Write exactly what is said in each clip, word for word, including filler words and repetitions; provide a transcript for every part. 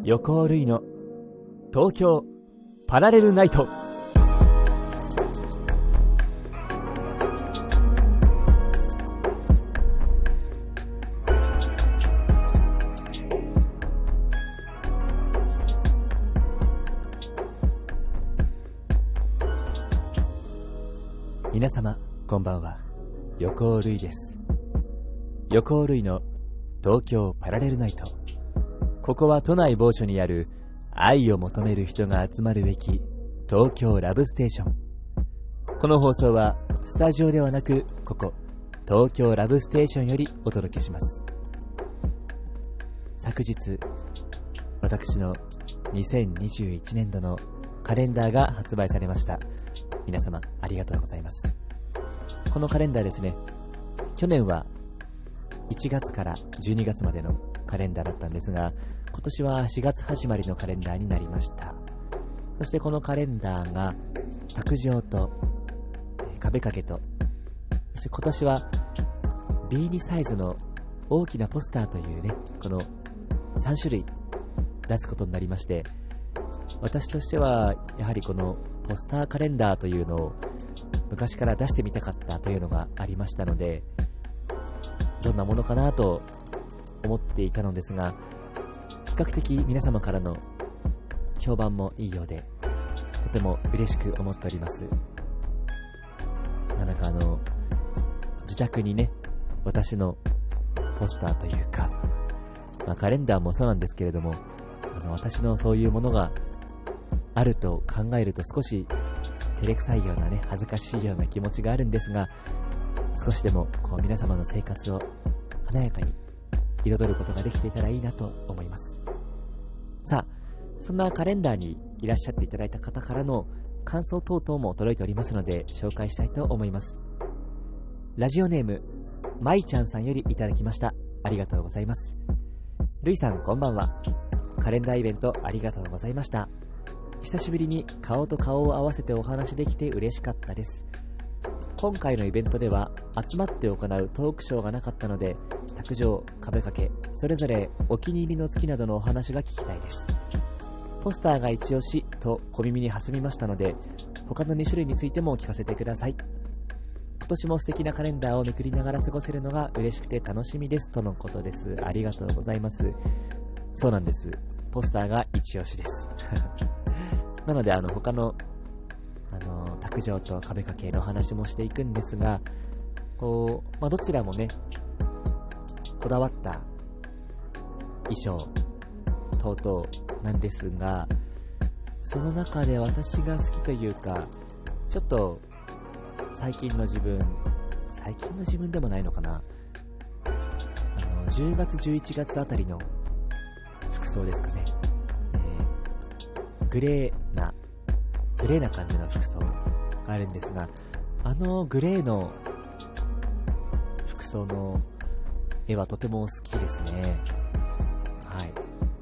横尾類の東京パラレルナイト。皆様こんばんは、横尾類です。横尾類の東京パラレルナイト。ここは都内某所にある愛を求める人が集まるべき東京ラブステーション。この放送はスタジオではなく、ここ東京ラブステーションよりお届けします。昨日私のにせんにじゅういちねんどのカレンダーが発売されました。皆様ありがとうございます。このカレンダーですね、去年はいちがつからじゅうにがつまでのカレンダーだったんですが、今年はしがつ始まりのカレンダーになりました。そしてこのカレンダーが卓上と壁掛けと、そして今年は ビーツー サイズの大きなポスターというね、このさんしゅるい出すことになりまして、私としてはやはりこのポスターカレンダーというのを昔から出してみたかったというのがありましたので、どんなものかなと思っていたのですが、比較的皆様からの評判もいいようで、とても嬉しく思っております。なんだかあの自宅にね、私のポスターというか、まあ、カレンダーもそうなんですけれども、あの私のそういうものがあると考えると少し照れくさいようなね、恥ずかしいような気持ちがあるんですが、少しでもこう皆様の生活を華やかに彩ることができていたらいいなと思います。さあ、そんなカレンダーにいらっしゃっていただいた方からの感想等々も届いておりますので、紹介したいと思います。ラジオネームまいちゃんさんよりいただきました。ありがとうございます。るいさんこんばんは。カレンダーイベントありがとうございました。久しぶりに顔と顔を合わせてお話できて嬉しかったです。今回のイベントでは集まって行うトークショーがなかったので、卓上、壁掛け、それぞれお気に入りの月などのお話が聞きたいです。ポスターが一押しと小耳に挟みましたので、他のにしゅるいについても聞かせてください。今年も素敵なカレンダーをめくりながら過ごせるのが嬉しくて楽しみですとのことです。ありがとうございます。そうなんです、ポスターが一押しですなのであの他のあの卓上と壁掛けの話もしていくんですが、こう、まあ、どちらもね、こだわった衣装等々なんですが、その中で私が好きというか、ちょっと最近の自分最近の自分でもないのかな、あのじゅうがつじゅういちがつあたりの服装ですかね、えー、グレーなグレーな感じの服装があるんですが、あのグレーの服装の絵はとても好きですね。はい。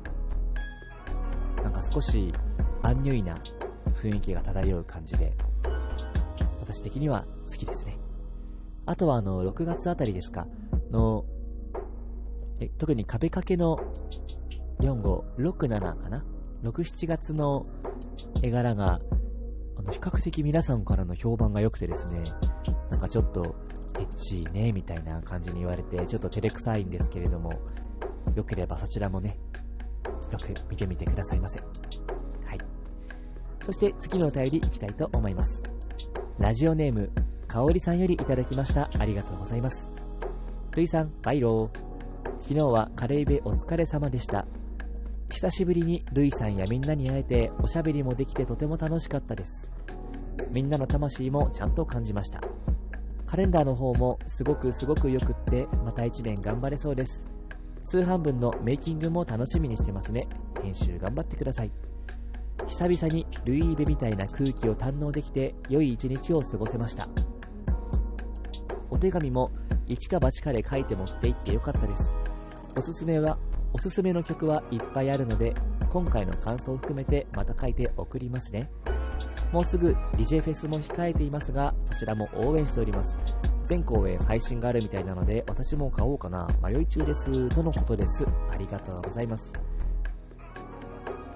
なんか少しアンニュイな雰囲気が漂う感じで、私的には好きですね。あとはあのろくがつあたりですかのえ特に壁掛けのよん、ご、ろく、ななかな、ろく、しちがつの絵柄があの比較的皆さんからの評判が良くてですね、なんかちょっとエッチーねみたいな感じに言われて、ちょっと照れくさいんですけれども、よければそちらもね、よく見てみてくださいませ。はい。そして次のお便りいきたいと思います。ラジオネームかおりさんよりいただきました。ありがとうございます。るいさん、バイロー。昨日はカレーベお疲れ様でした。久しぶりにルイさんやみんなに会えておしゃべりもできてとても楽しかったです。みんなの魂もちゃんと感じました。カレンダーの方もすごくすごくよくって、またいちねん頑張れそうです。通販分のメイキングも楽しみにしてますね。編集頑張ってください。久々にルイーベみたいな空気を堪能できて良い一日を過ごせました。お手紙も一か八かで書いて持って行ってよかったです。おすすめはおすすめの曲はいっぱいあるので、今回の感想を含めてまた書いて送りますね。もうすぐ ディージェー フェスも控えていますが、そちらも応援しております。全公演配信があるみたいなので、私も買おうかな迷い中ですとのことです。ありがとうございます。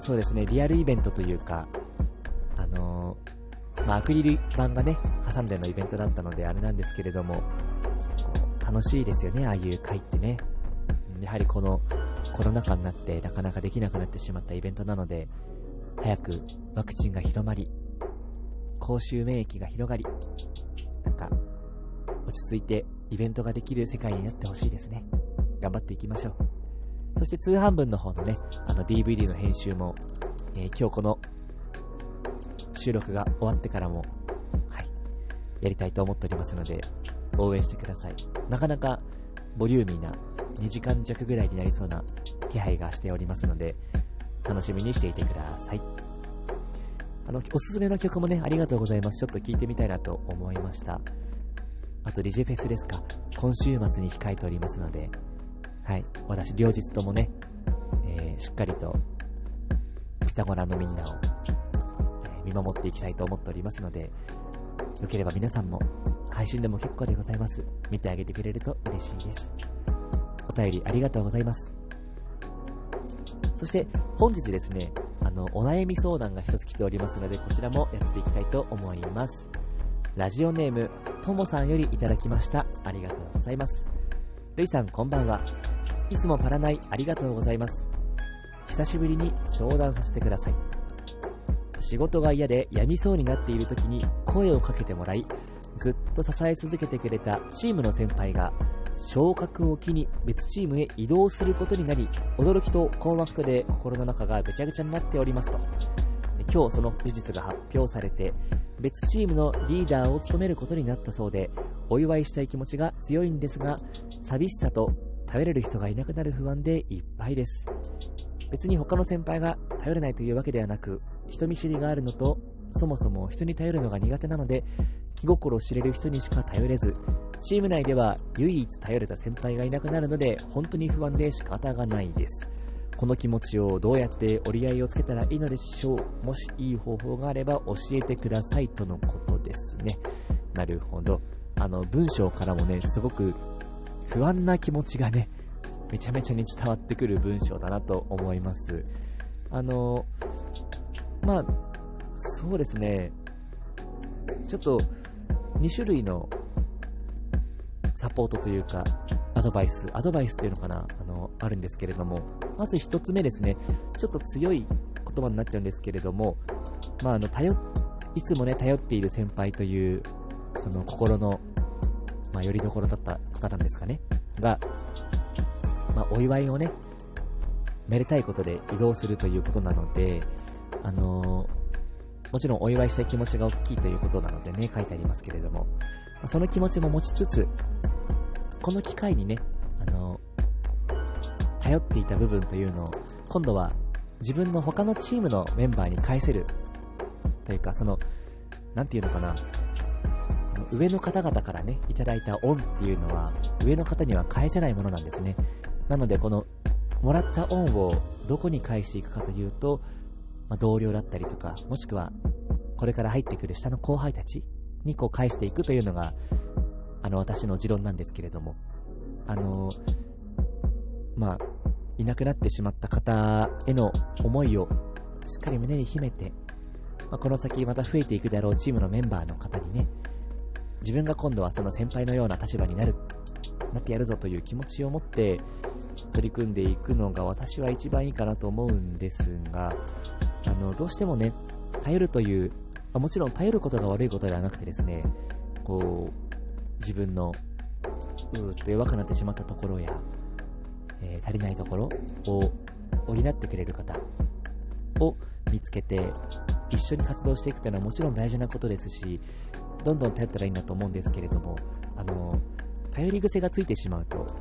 そうですね、リアルイベントというか、あのー、まあ、アクリル板がね、挟んでのイベントだったのであれなんですけれども、こう楽しいですよね、ああいう会ってね。やはりこのコロナ禍になってなかなかできなくなってしまったイベントなので、早くワクチンが広まり、公衆免疫が広がり、なんか落ち着いてイベントができる世界になってほしいですね。頑張っていきましょう。そして通販分の方のね、あの ディーブイディー の編集も、えー、今日この収録が終わってからも、はい、やりたいと思っておりますので、応援してください。なかなかボリューミーなにじかん弱ぐらいになりそうな気配がしておりますので、楽しみにしていてください。あの、おすすめの曲もね、ありがとうございます。ちょっと聞いてみたいなと思いました。あと、リジェフェスですか。今週末に控えておりますので、はい、私、両日ともね、えー、しっかりと、ピタゴラのみんなを、えー、見守っていきたいと思っておりますので、よければ皆さんも、配信でも結構でございます。見てあげてくれると嬉しいです。お便りありがとうございます。そして、本日ですね、あの、お悩み相談が一つ来ておりますので、こちらもやっていきたいと思います。ラジオネーム、ともさんよりいただきました。ありがとうございます。るいさん、こんばんは。いつもパラナイありがとうございます。久しぶりに相談させてください。仕事が嫌で病みそうになっている時に声をかけてもらい、ずっと支え続けてくれたチームの先輩が、昇格を機に別チームへ移動することになり、驚きと困惑とで心の中がぐちゃぐちゃになっておりますと。今日その事実が発表されて、別チームのリーダーを務めることになったそうで、お祝いしたい気持ちが強いんですが、寂しさと頼れる人がいなくなる不安でいっぱいです。別に他の先輩が頼れないというわけではなく、人見知りがあるのと、そもそも人に頼るのが苦手なので、気心を知れる人にしか頼れず、チーム内では唯一頼れた先輩がいなくなるので、本当に不安で仕方がないです。この気持ちをどうやって折り合いをつけたらいいのでしょう。もしいい方法があれば教えてくださいとのことですね。なるほど。あの文章からもね、すごく不安な気持ちがね、めちゃめちゃに伝わってくる文章だなと思います。あのまあそうですね、ちょっとに種類のサポートというかアドバイスアドバイスというのかな、あのあるんですけれども、まず一つ目ですね、ちょっと強い言葉になっちゃうんですけれども、まあ、あの頼いつもね頼っている先輩というその心の、まあ、よりどころだった方なんですかねが、まあ、お祝いをねめでたいことで移動するということなので、あのー、もちろんお祝いしたい気持ちが大きいということなのでね、書いてありますけれども、その気持ちも持ちつつ、この機会にね、あのー、頼っていた部分というのを今度は自分の他のチームのメンバーに返せるというか、そのなんていうのかな、上の方々からねいただいた恩っていうのは上の方には返せないものなんですね。なのでこのもらった恩をどこに返していくかというと、まあ、同僚だったりとか、もしくはこれから入ってくる下の後輩たちにこう返していくというのがあの私の持論なんですけれども、あのまあいなくなってしまった方への思いをしっかり胸に秘めて、まあ、この先また増えていくであろうチームのメンバーの方にね、自分が今度はその先輩のような立場になるなってやるぞという気持ちを持って取り組んでいくのが私は一番いいかなと思うんですが、あのどうしてもね頼るという、もちろん頼ることが悪いことではなくてですね、こう自分のうーっと弱くなってしまったところや、えー、足りないところを補ってくれる方を見つけて一緒に活動していくというのはもちろん大事なことですし、どんどん頼ったらいいんだと思うんですけれども、あの頼り癖がついてしまうと、こ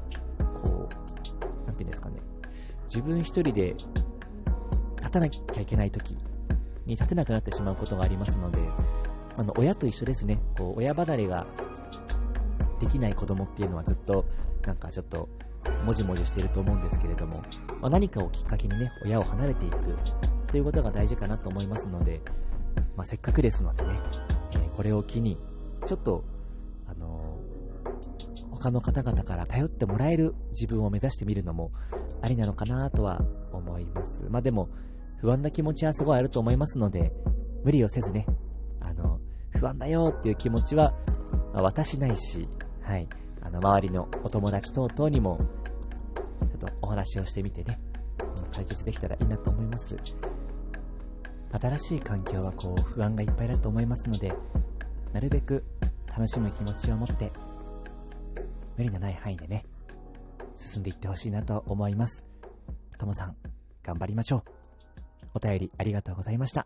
うなんていうんですかね、自分一人で立たなきゃいけない時に立てなくなってしまうことがありますので、あの親と一緒ですね。こう親離れができない子供っていうのはずっとなんかちょっともじもじしていると思うんですけれども、まあ、何かをきっかけにね親を離れていくということが大事かなと思いますので、まあ、せっかくですのでね、えー、これを機にちょっとあのー、他の方々から頼ってもらえる自分を目指してみるのもありなのかなとは思います。まあでも不安な気持ちはすごいあると思いますので、無理をせずね、あの、不安だよっていう気持ちは、まあ、私ないし、はい、あの、周りのお友達等々にも、ちょっとお話をしてみてね、解決できたらいいなと思います。新しい環境はこう、不安がいっぱいだと思いますので、なるべく楽しむ気持ちを持って、無理のない範囲でね、進んでいってほしいなと思います。ともさん、頑張りましょう。お便りありがとうございました。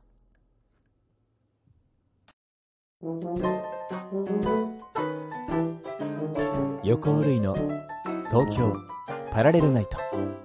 横尾類の東京パラレルナイト。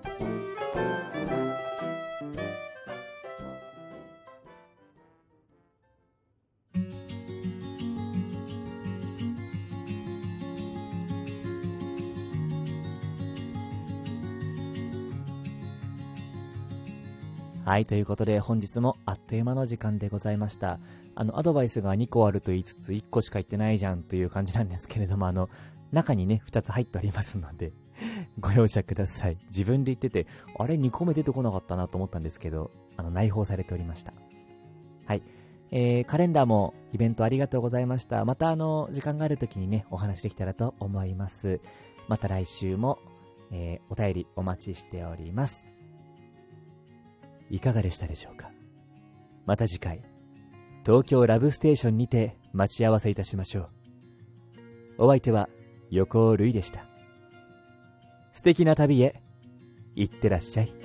はい、ということで本日もあっという間の時間でございました。あの、アドバイスがにこあると言いつついっこしか言ってないじゃんという感じなんですけれども、あの、中にね、ふたつ入っておりますので、ご容赦ください。自分で言ってて、あれにこめ出てこなかったなと思ったんですけど、あの、内包されておりました。はい。えー、カレンダーもイベントありがとうございました。またあの、時間がある時にね、お話できたらと思います。また来週も、えー、お便りお待ちしております。いかがでしたでしょうか。また次回、東京ラブステーションにて待ち合わせいたしましょう。お相手は横尾類でした。素敵な旅へ行ってらっしゃい。